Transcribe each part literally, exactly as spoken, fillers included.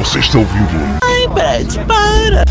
Você está ouvindo? Ai, Brad, para!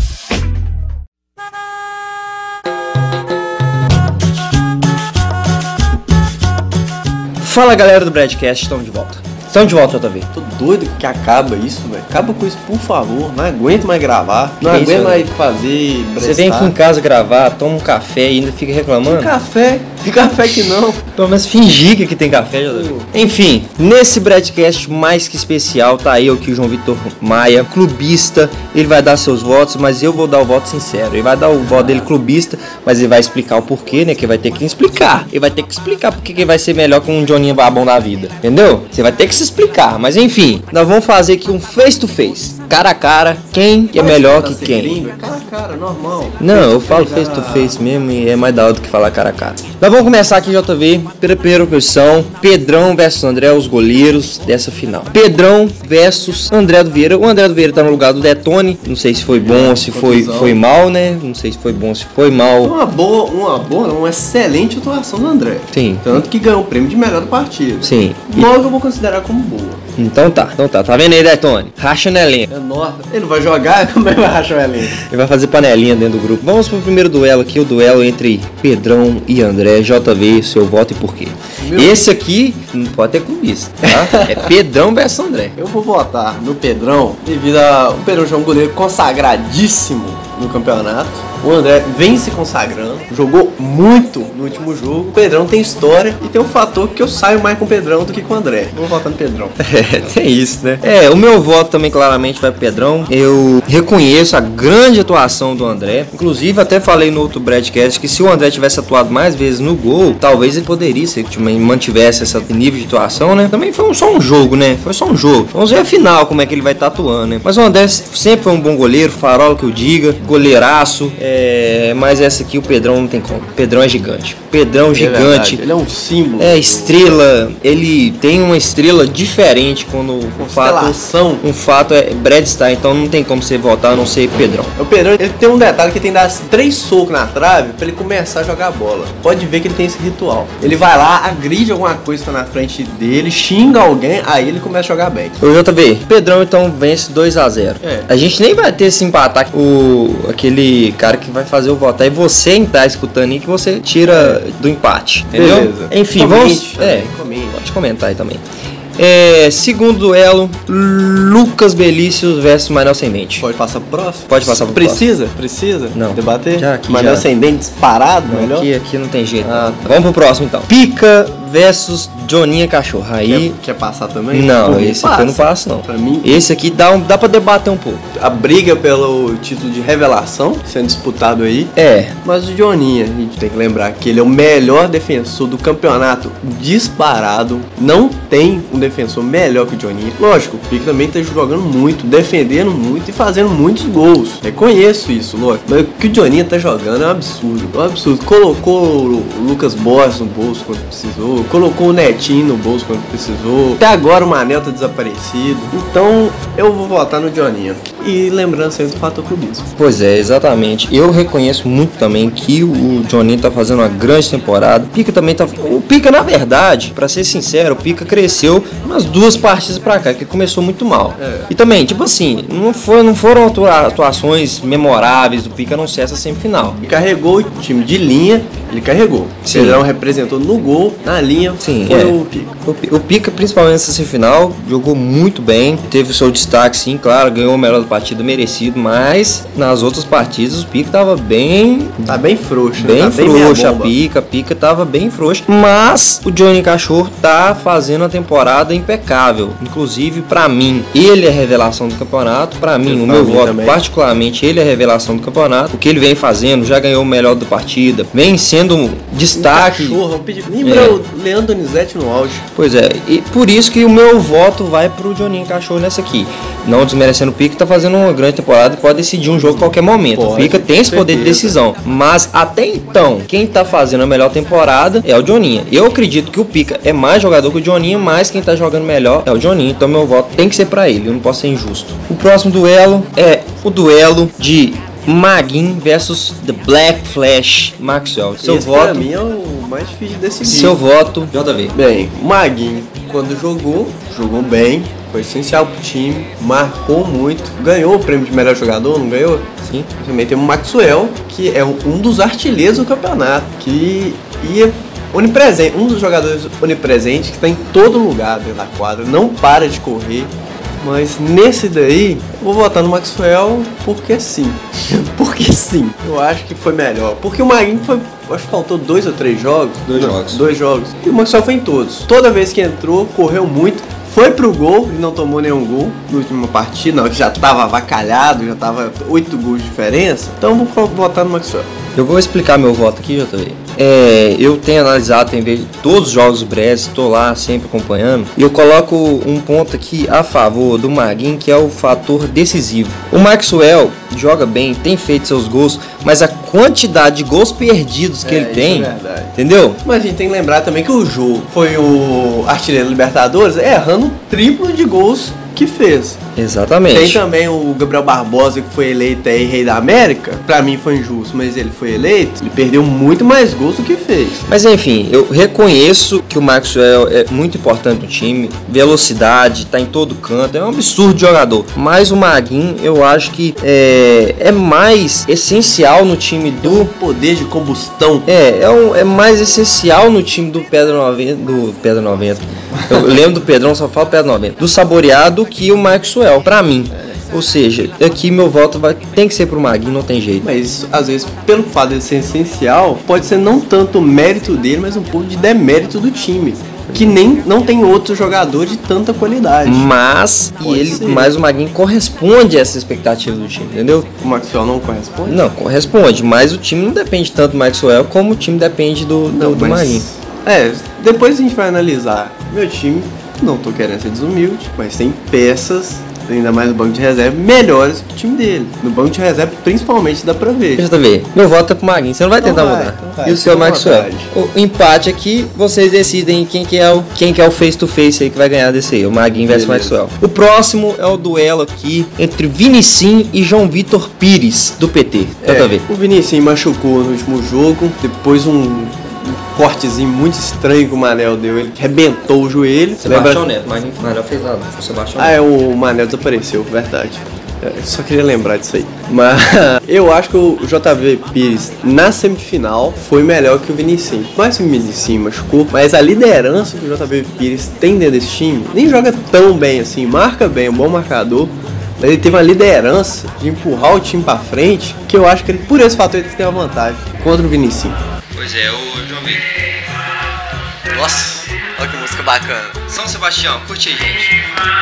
Fala galera do Bradcast, estamos de volta. Estamos de volta outra vez. Tô doido que acaba isso, velho. Acaba com isso, por favor. Não aguento mais gravar. Não Que aguento isso, mais fazer. Você vem aqui em casa gravar, toma um café e ainda fica reclamando? Tem café. Tem café que não. Pelo menos fingir que aqui tem café, já deu. Enfim, nesse Bradcast mais que especial, tá eu aqui, o João Vitor Maia, clubista. Ele vai dar seus votos, mas eu vou dar o voto sincero. Ele vai dar o voto dele clubista, mas ele vai explicar o porquê, né? Que vai ter que explicar. Ele vai ter que explicar porque que vai ser melhor com um Joninha babão da vida. Entendeu? Você vai ter que se explicar. Mas enfim, nós vamos fazer aqui um face to face. Cara a cara, quem que é melhor que quem? Cara a cara, normal. Não, eu falo face to face mesmo e é mais da hora do que falar cara a cara. Nós vamos começar aqui, J V, pela primeira posição. Pedrão versus André, os goleiros dessa final. Pedrão versus André do Vieira. O André do Vieira tá no lugar do Detone. Não sei se foi bom ou se foi, foi mal, né? Não sei se foi bom ou se foi mal. Uma boa, uma boa, uma excelente atuação do André. Sim. Tanto que ganhou o prêmio de melhor do partido. Sim. Logo eu vou considerar como boa. Então tá, então tá. Tá vendo aí, Detone? Racha no elenco. É enorme. Ele não vai jogar, como é que vai rachar o elenco? Ele vai fazer panelinha dentro do grupo. Vamos pro primeiro duelo aqui, o duelo entre Pedrão e André. J V, seu voto e por quê? Meu Esse aqui não pode ter clubista, tá? É Pedrão versus André. Eu vou votar no Pedrão devido a o Pedrão já é um goleiro consagradíssimo no campeonato. O André vem se consagrando, jogou muito no último jogo. O Pedrão tem história e tem um fator que eu saio mais com o Pedrão do que com o André. Vou votar no Pedrão. É, tem isso, né? É, o meu voto também claramente vai pro Pedrão. Eu reconheço a grande atuação do André. Inclusive, até falei no outro Bradcast que se o André tivesse atuado mais vezes no gol, talvez ele poderia, se ele mantivesse esse nível de atuação, né? Também foi um, só um jogo, né? Foi só um jogo. Vamos ver a final, como é que ele vai estar atuando, né? Mas o André sempre foi um bom goleiro, farol que eu diga, goleiraço. É, mas essa aqui o Pedrão não tem como. O Pedrão é gigante. Pedrão É gigante. verdade, ele é um símbolo. É estrela. Ele tem uma estrela diferente quando o fato, Constelação. um fato é Brad Star, então não tem como você votar a não ser Pedrão. O Pedrão, ele tem um detalhe que tem que dar três socos na trave pra ele começar a jogar bola. Pode ver que ele tem esse ritual. Ele vai lá, agride alguma coisa que tá na frente dele, xinga alguém, aí ele começa a jogar bem. O J V, Pedrão então vence dois a zero. É. A gente nem vai ter esse empatar o aquele cara que vai fazer o voto. Aí você que tá escutando aí que você tira do empate. Entendeu? Beleza. Enfim, Comente vamos. também, É, comente. pode comentar aí também. É, segundo duelo, Lucas Belícios versus Manuel Ascendente. Pode passar pro próximo? Pode passar pro Precisa? Precisa? Não. Debater? Já aqui, Mas já. ascendente disparado, Não, melhor? aqui, aqui não tem jeito. Ah, Vamos pro próximo então. Pica versus Joninha Cachorro. Aí. Quer, quer passar também? Não, Por mim, esse aqui eu não passo não. Pra mim, Esse aqui dá, um, dá pra debater um pouco. a briga pelo título de revelação sendo disputado aí. É. Mas o Joninha, a gente tem que lembrar que ele é o melhor defensor do campeonato disparado. Não tem um defensor melhor que o Joninha. Lógico, o Pique também tá jogando muito, defendendo muito e fazendo muitos gols. Reconheço isso, lógico. Mas o que o Joninha tá jogando é um absurdo. É um absurdo. Colocou o Lucas Borges no bolso quando precisou. Colocou o Netinho no bolso quando precisou. Até agora o Manel tá desaparecido. Então eu vou votar no Joninha. E lembrando sempre do fator clubismo. Pois é, exatamente. Eu reconheço muito também que o Joninho tá fazendo uma grande temporada. O Pica também tá. O Pica, na verdade, pra ser sincero, o Pica cresceu umas duas partidas pra cá, que começou muito mal. É. E também, tipo assim, não, foi, não foram atua- atuações memoráveis do Pica, a não ser essa semifinal. Ele carregou o time de linha, ele carregou. Sim. O Pedrão representou no gol, na linha, Sim, foi é. o Pica. O Pi- O Pica, principalmente nessa semifinal, jogou muito bem. Teve o seu destaque, sim, claro, ganhou o melhor da partida, merecido. Mas nas outras partidas o Pica tava bem. Tá bem frouxo, Bem tá frouxa a meia-bomba. pica, a pica tava bem frouxa. Mas o Johnny Cachorro tá fazendo uma temporada impecável. Inclusive, pra mim, ele é a revelação do campeonato. Pra mim, Pra o meu mim voto, também. particularmente, ele é a revelação do campeonato. O que ele vem fazendo, já ganhou o melhor da partida. Vem sendo um destaque. Cachorro, eu pedi- lembra É. o Leandro Donizete no auge. Pois é, e por isso que o meu voto vai pro Joninho Cachorro nessa aqui. Não desmerecendo o Pica, tá fazendo uma grande temporada e pode decidir um jogo a qualquer momento. Pode, o Pica tem esse com poder de certeza. decisão. Mas até então, quem tá fazendo a melhor temporada é o Joninha. Eu acredito que o Pica é mais jogador que o Joninha, mas quem tá jogando melhor é o Joninha. Então meu voto tem que ser pra ele, eu não posso ser injusto. O próximo duelo é o duelo de Maguinho versus The Black Flash Maxwell. Seu Esse voto. pra mim é o mais difícil de decidir. Seu voto, J V. Bem, o Maguinho quando jogou, jogou bem, foi essencial pro time, marcou muito, ganhou o prêmio de melhor jogador, não ganhou? Sim. Também tem o Maxwell, que é um dos artilheiros do campeonato, que ia onipresente, um dos jogadores onipresentes que está em todo lugar dentro da quadra, não para de correr. Mas nesse daí, eu vou votar no Maxwell porque sim. Porque sim. Eu acho que foi melhor. Porque o Maguinho foi. Acho que faltou dois ou três jogos. Dois não, jogos. Dois jogos. E o Maxwell foi em todos. Toda vez que entrou, correu muito. Foi pro gol e não tomou nenhum gol na última partida. Não, já tava avacalhado, já tava oito gols de diferença. Então vou votar no Maxwell. Eu vou explicar meu voto aqui, J V. É, eu tenho analisado, tenho visto todos os jogos do Brest, estou lá sempre acompanhando. E eu coloco um ponto aqui a favor do Maguinho, que é o fator decisivo. O Maxwell joga bem, tem feito seus gols, mas a quantidade de gols perdidos que É, ele isso tem, é verdade. entendeu? Mas a gente tem que lembrar também que o Jô foi o artilheiro Libertadores, errando o triplo de gols que fez. Exatamente. Tem também o Gabriel Barbosa, que foi eleito aí rei da América. Pra mim foi injusto, mas ele foi eleito. Ele perdeu muito mais gols do que fez. Mas enfim, eu reconheço que o Maxwell é muito importante no time. Velocidade, tá em todo canto, é um absurdo de jogador. Mas o Maguinho, eu acho que é, é mais essencial no time do... Poder de combustão. É, é, um, é mais essencial no time do Pedra noventa. Do Pedra noventa. Eu lembro do Pedrão, só falo Pedra noventa. Do Saboreado que o Maxwell, pra mim. Ou seja, aqui meu voto vai, tem que ser pro Maguinho, não tem jeito. Mas às vezes, pelo fato de ser essencial, pode ser não tanto o mérito dele, mas um pouco de demérito do time. Que nem não tem outro jogador de tanta qualidade. Mas, e Pode ele, ser. mas o Maguinho corresponde a essa expectativa do time, entendeu? O Maxwell não corresponde? Não, corresponde, mas o time não depende tanto do Maxwell como o time depende do, do, do mas- Maguinho. É, depois a gente vai analisar. Meu time, não tô querendo ser desumilde, mas tem peças, ainda mais no banco de reserva, melhores que o time dele. No banco de reserva, principalmente, dá pra ver. Deixa eu ver. Meu voto é pro Maguinho, você não vai Então tentar vai, mudar. então vai, E o seu fica à Maxwell? vontade. O empate aqui, vocês decidem quem que é o quem que é o face to face aí que vai ganhar desse aí, o Maguinho versus Beleza. Maxwell. O próximo é o duelo aqui entre Vinicim e João Vitor Pires do P T. Tenta É, ver. o Vinicius machucou no último jogo, depois um, um cortezinho muito estranho que o Manel deu, ele arrebentou o joelho. Sebastião Neto, Maguinho não fez nada, foi o Sebastião Ah, é, o Manel desapareceu, verdade. É, só queria lembrar disso aí. Mas eu acho que o J V Pires na semifinal foi melhor que o Vinicius. Mais que o Vinicius machucou, mas a liderança que o J V Pires tem dentro desse time, nem joga tão bem assim, marca bem, é um bom marcador. Mas ele teve uma liderança de empurrar o time pra frente, que eu acho que ele, por esse fator ele tem uma vantagem contra o Vinicius. Pois é, o João Vitor. Nossa, olha que música bacana. São Sebastião, curte aí, gente.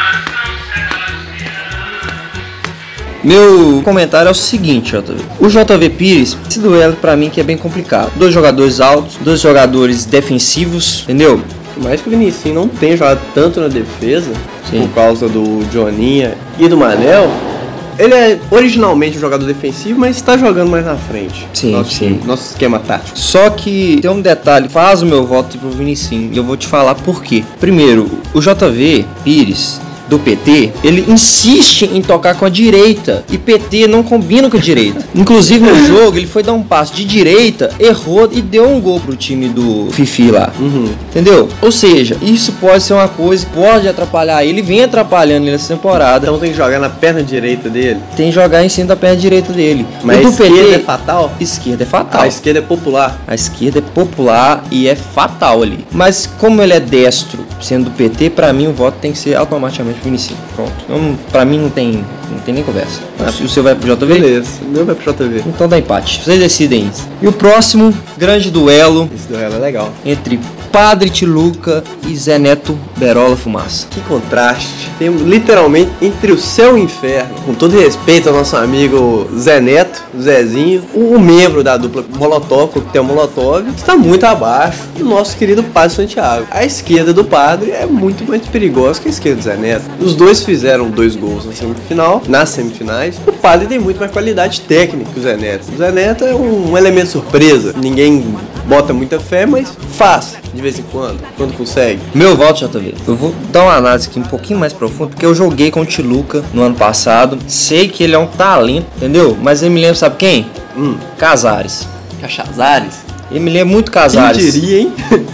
Meu comentário é o seguinte, J V. O J V Pires, esse duelo pra mim que é bem complicado. Dois jogadores altos, dois jogadores defensivos, entendeu? Mais que o Vinicius não tem jogado tanto na defesa, Sim. por causa do Joninha e do Manel, ele é originalmente um jogador defensivo, mas está jogando mais na frente. Sim, nosso, sim. Nosso esquema tático. Só que tem um detalhe, faz o meu voto pro Vinicim, e eu vou te falar por quê. Primeiro, o J V Pires do P T, ele insiste em tocar com a direita e P T não combina com a direita. Inclusive no jogo ele foi dar um passo de direita, errou e deu um gol pro time do Fifi lá. Uhum. Entendeu? Ou seja, isso pode ser uma coisa que pode atrapalhar ele, vem atrapalhando ele nessa temporada. Então tem que jogar na perna direita dele. Tem que jogar em cima da perna direita dele. Mas O a do P esquerda T, é fatal? esquerda é fatal. A esquerda é popular. A esquerda é popular e é fatal ali. Mas como ele é destro, sendo do P T, pra mim o voto tem que ser automaticamente pro Vinicius. Pronto. Eu não, pra mim não tem, não tem nem conversa. Ah, o seu vai pro J V? Beleza, o meu vai pro J V. Então dá empate. Vocês decidem isso. E o próximo grande duelo Esse duelo é legal. entre Padre Tiluca e Zé Neto Berola Fumaça. Que contraste. Tem literalmente entre o céu e o inferno. Com todo respeito ao nosso amigo Zé Neto, Zezinho, o, o membro da dupla Molotov, o Coquetel Molotov, está muito abaixo do nosso querido Padre Santiago. A esquerda do Padre é muito mais perigosa que a esquerda do Zé Neto. Os dois fizeram dois gols na semifinal, nas semifinais. O Padre tem muito mais qualidade técnica que o Zé Neto. O Zé Neto é um, um elemento surpresa. Ninguém bota muita fé, mas faz de vez em quando, quando consegue. Meu voto, J V. Eu vou dar uma análise aqui um pouquinho mais profunda, porque eu joguei com o Tiluca no ano passado. Sei que ele é um talento, entendeu? Mas ele me lembra, sabe quem? Hum, Casares. Cachazares. Ele me lembra muito Quem Casares. diria, hein?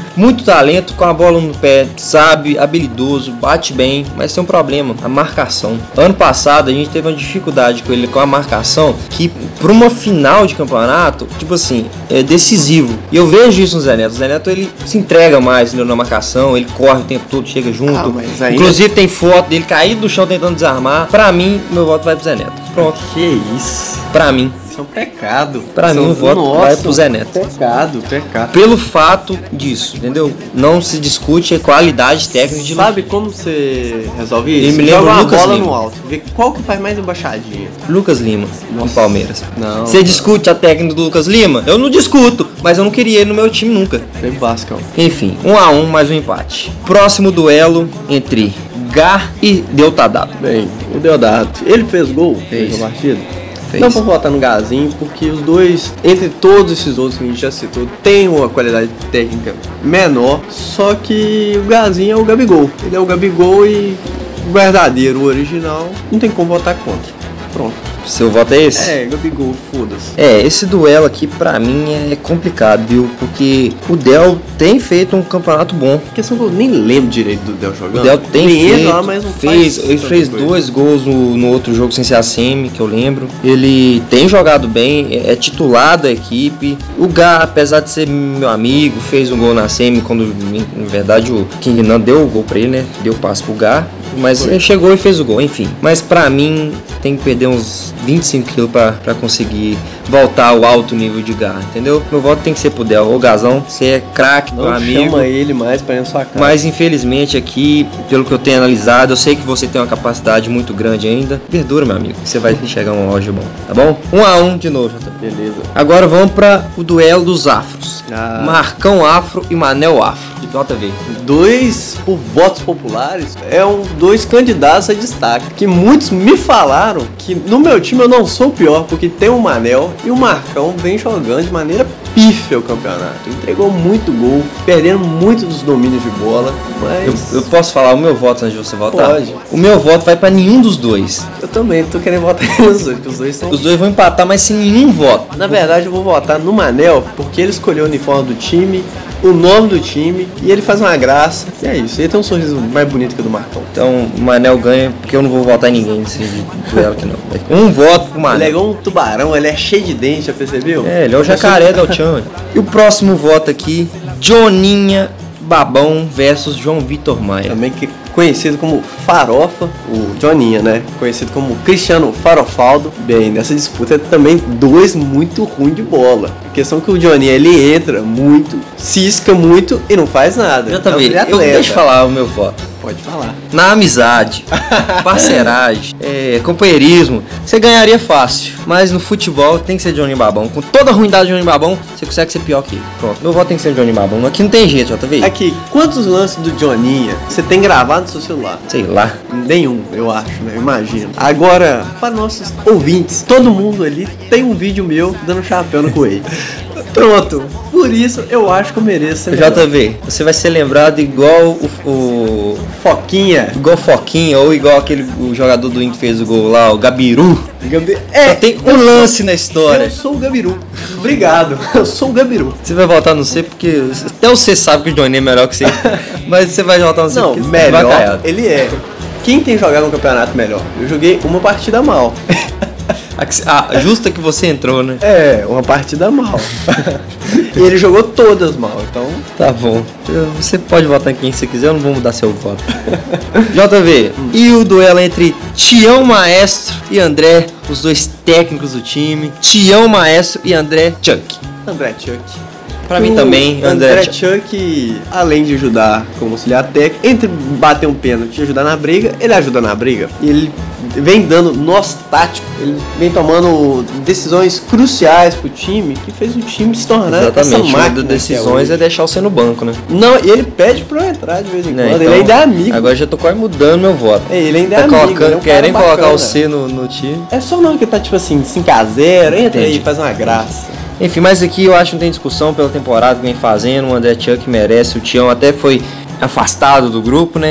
muito talento, com a bola no pé, sabe, habilidoso, bate bem, mas tem um problema, a marcação. Ano passado a gente teve uma dificuldade com ele com a marcação, que para uma final de campeonato, tipo assim, é decisivo. E eu vejo isso no Zé Neto. O Zé Neto, ele se entrega mais, entendeu, na marcação, ele corre o tempo todo, chega junto. Ah, mas ainda... Inclusive tem foto dele caído do chão tentando desarmar. Pra mim, meu voto vai pro Zé Neto. Pronto. Que isso? Pra mim. Isso é um pecado. Pra mim, o voto Nossa, vai pro Zé Neto. Pecado, pecado. Pelo fato disso, entendeu? Não se discute a qualidade técnica de Sabe como você resolve isso? Ele me lembra uma Lucas bola Lima. no alto. Vê qual que faz mais embaixadinha. Lucas Lima, no Palmeiras. Não. Você discute a técnica do Lucas Lima? Eu não discuto, mas eu não queria ele no meu time nunca. Bem Vasco. Enfim, um a um, mais um empate. Próximo duelo entre Gá e Deodato. Bem, o Deodato, ele fez gol Fez. na partida? Fez. Não vou votar no Gazinho, porque os dois, entre todos esses outros que a gente já citou, tem uma qualidade técnica menor, só que o Gazinho é o Gabigol. Ele é o Gabigol e o verdadeiro, o original, não tem como votar contra. Pronto. Seu voto é esse? É, Gabigol, foda-se. É, esse duelo aqui pra mim é complicado, viu? Porque o Del tem feito um campeonato bom. A questão que eu nem lembro direito do Del jogando. O Del tem ele feito, lá, mas não fez, faz ele fez coisa. dois gols no, no outro jogo sem ser a semi, que eu lembro. Ele tem jogado bem, é, é titular da equipe. O Gá, apesar de ser meu amigo, fez um gol na semi, quando na verdade o King Nan deu o gol pra ele, né? Deu o passe pro Gá. Mas ele chegou e fez o gol, enfim. Mas pra mim, tem que perder uns vinte e cinco quilos pra, pra conseguir voltar ao alto nível de Gá, entendeu? Meu voto tem que ser pro Del. Ô Gazão, você é craque, meu amigo. Não chama ele mais pra ir na sua casa. Mas infelizmente aqui, pelo que eu tenho analisado, eu sei que você tem uma capacidade muito grande ainda. Verdura, meu amigo, você vai chegar a um auge bom, tá bom? Um a um de novo, J P. Beleza. Agora vamos para o duelo dos afros. Ah. Marcão Afro e Manel Afro. J V. Dois, por votos populares, é um dois candidatos a destaque. Que muitos me falaram que no meu time eu não sou o pior, porque tem o Manel e o Marcão vem jogando de maneira pífia o campeonato. Entregou muito gol, perdendo muito dos domínios de bola, mas... Eu, eu posso falar o meu voto antes de você votar? Pode. O meu voto vai para nenhum dos dois. Eu também tô querendo votar nos dois, porque os dois são... Os dois vão empatar, mas sem nenhum voto. Na verdade eu vou votar no Manel, porque ele escolheu o uniforme do time, o nome do time, e ele faz uma graça. E é isso, ele tem um sorriso mais bonito que o do Marcão. Então o Manel ganha, porque eu não vou votar em ninguém nesse duelo aqui não. Um voto pro Manel. Ele é igual um tubarão, ele é cheio de dente, já percebeu? É, ele é o jacaré da Altian. E o próximo voto aqui, Joninha Babão versus João Vitor Maia. Também que conhecido como Farofa, o Joninha, né? Conhecido como Cristiano Farofaldo. Bem, nessa disputa também dois muito ruins de bola. A questão é que o Joninha, ele entra muito, cisca muito e não faz nada. Eu também, eu deixa eu falar o meu voto. Pode falar. Na amizade, parceragem, é, companheirismo, você ganharia fácil. Mas no futebol tem que ser Johnny Babão. Com toda a ruindade de Johnny Babão, você consegue ser pior que ele. Pronto, meu voto tem que ser Johnny Babão. Aqui não tem jeito, já tá vendo? Aqui, quantos lances do Joninha você tem gravado no seu celular? Sei lá. Nenhum, eu acho, né? Imagino. Agora, para nossos ouvintes, todo mundo ali tem um vídeo meu dando chapéu no coelho. Pronto. Por isso, eu acho que eu mereço ser J V, você vai ser lembrado igual o, o Foquinha. Igual Foquinha ou igual aquele o jogador do Inter fez o gol lá, o Gabiru. Gabi... É, só tem um lance na história. Eu sou o Gabiru. Obrigado. Eu sou o Gabiru. Você vai votar no C porque até você sabe que o Johnny é melhor que você. Mas você vai votar no C não, porque melhor vai ele é. Quem tem jogado no campeonato melhor? Eu joguei uma partida mal. Ah, justa que você entrou, né? É, uma partida mal. E ele jogou todas mal, então... Tá bom. Você pode votar em quem você quiser, eu não vou mudar seu voto. J V, hum. E o duelo entre Tião Maestro e André, os dois técnicos do time. Tião Maestro e André Chuck. André Chuck. Pra o mim também, André, André Chuck, além de ajudar como auxiliar técnico, entre bater um pênalti e ajudar na briga, ele ajuda na briga. E ele vem dando nós tático, ele vem tomando decisões cruciais pro time, que fez o time se tornar Exatamente, essa máquina. Decisões é, é deixar você no banco, né? Não, e ele pede pra eu entrar de vez em quando, então, ele ainda é amigo. Agora já tô quase mudando meu voto. É, ele ainda tá é amigo. Colocando, ele é um querem colocar bacana. o C no, no time. É só não que tá tipo assim, cinco a zero, entra aí, faz uma graça. Enfim, mas aqui eu acho que não tem discussão pela temporada que vem fazendo. O André Chuck merece. O Tião até foi afastado do grupo, né? Foi.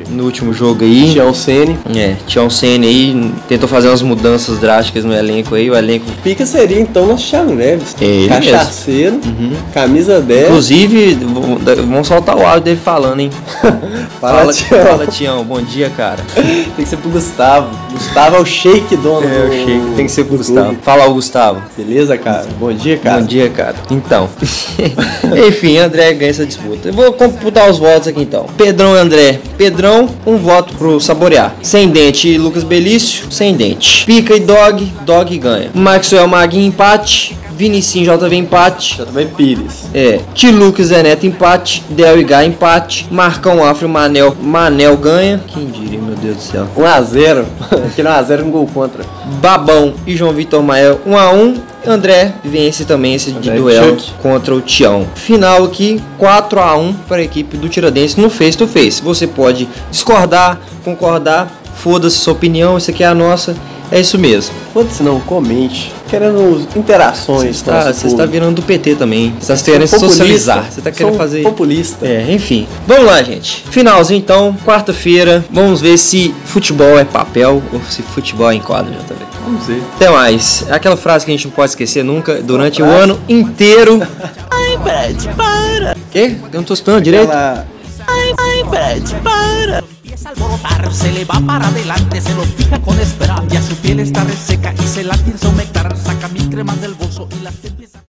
no último jogo aí. Tião Ceni. É, Tião Ceni aí tentou fazer umas mudanças drásticas no elenco aí, o elenco... Pica seria então nosso Thiago Neves. É ele Cachaceiro, uhum. camisa dez. Inclusive, vamos soltar o áudio dele falando, hein? Fala, fala, Tião. fala, Tião. Bom dia, cara. Tem que ser pro Gustavo. Gustavo é o shake dono É, do... o shake. Tem que ser pro Gustavo. clube. Fala o Gustavo. Beleza, cara? Bom dia, cara. Bom dia, cara. Então, enfim, André ganha essa disputa. Eu vou computar os votos aqui então. Pedrão e André. Pedrão, um voto pro Saborear. Sem Dente e Lucas Belício, sem Dente. Pica e Dog, Dog ganha. Maxwell Maguinho, empate. Vinicinho J V empate. J V Pires. É. Tiluca e Zé Neto empate. Del e Gá empate. Marcão Afro e Manel. Manel ganha. Quem diria, meu Deus do céu. um a zero. Aquele um a zero com gol contra. Babão e João Vitor Mael um a um. André vence também esse de André duelo Chuck. contra o Tião. Final aqui, quatro a um para a equipe do Tiradentes no face to face. Você pode discordar, concordar, foda-se sua opinião, isso aqui é a nossa. É isso mesmo. Foda-se não, comente. Querendo interações. Você está, está virando do P T também. Você está querendo Populista. socializar. Você está querendo Sou fazer... populista. É, enfim. Vamos lá, gente. Finalzinho então, quarta-feira. Vamos ver se futebol é papel ou se futebol é em quadro já também. Vamos ver. Até mais. Aquela frase que a gente não pode esquecer nunca, durante o frase? ano inteiro. Ai, Brad, para! Quê? Eu não tô escutando direito? Ela... Ai, ai, Brad, para! Empieza a alborotar, se le va para adelante, se lo fija con espera, ya su piel está reseca y se la piensa humectar, saca mil cremas del bolso y las empieza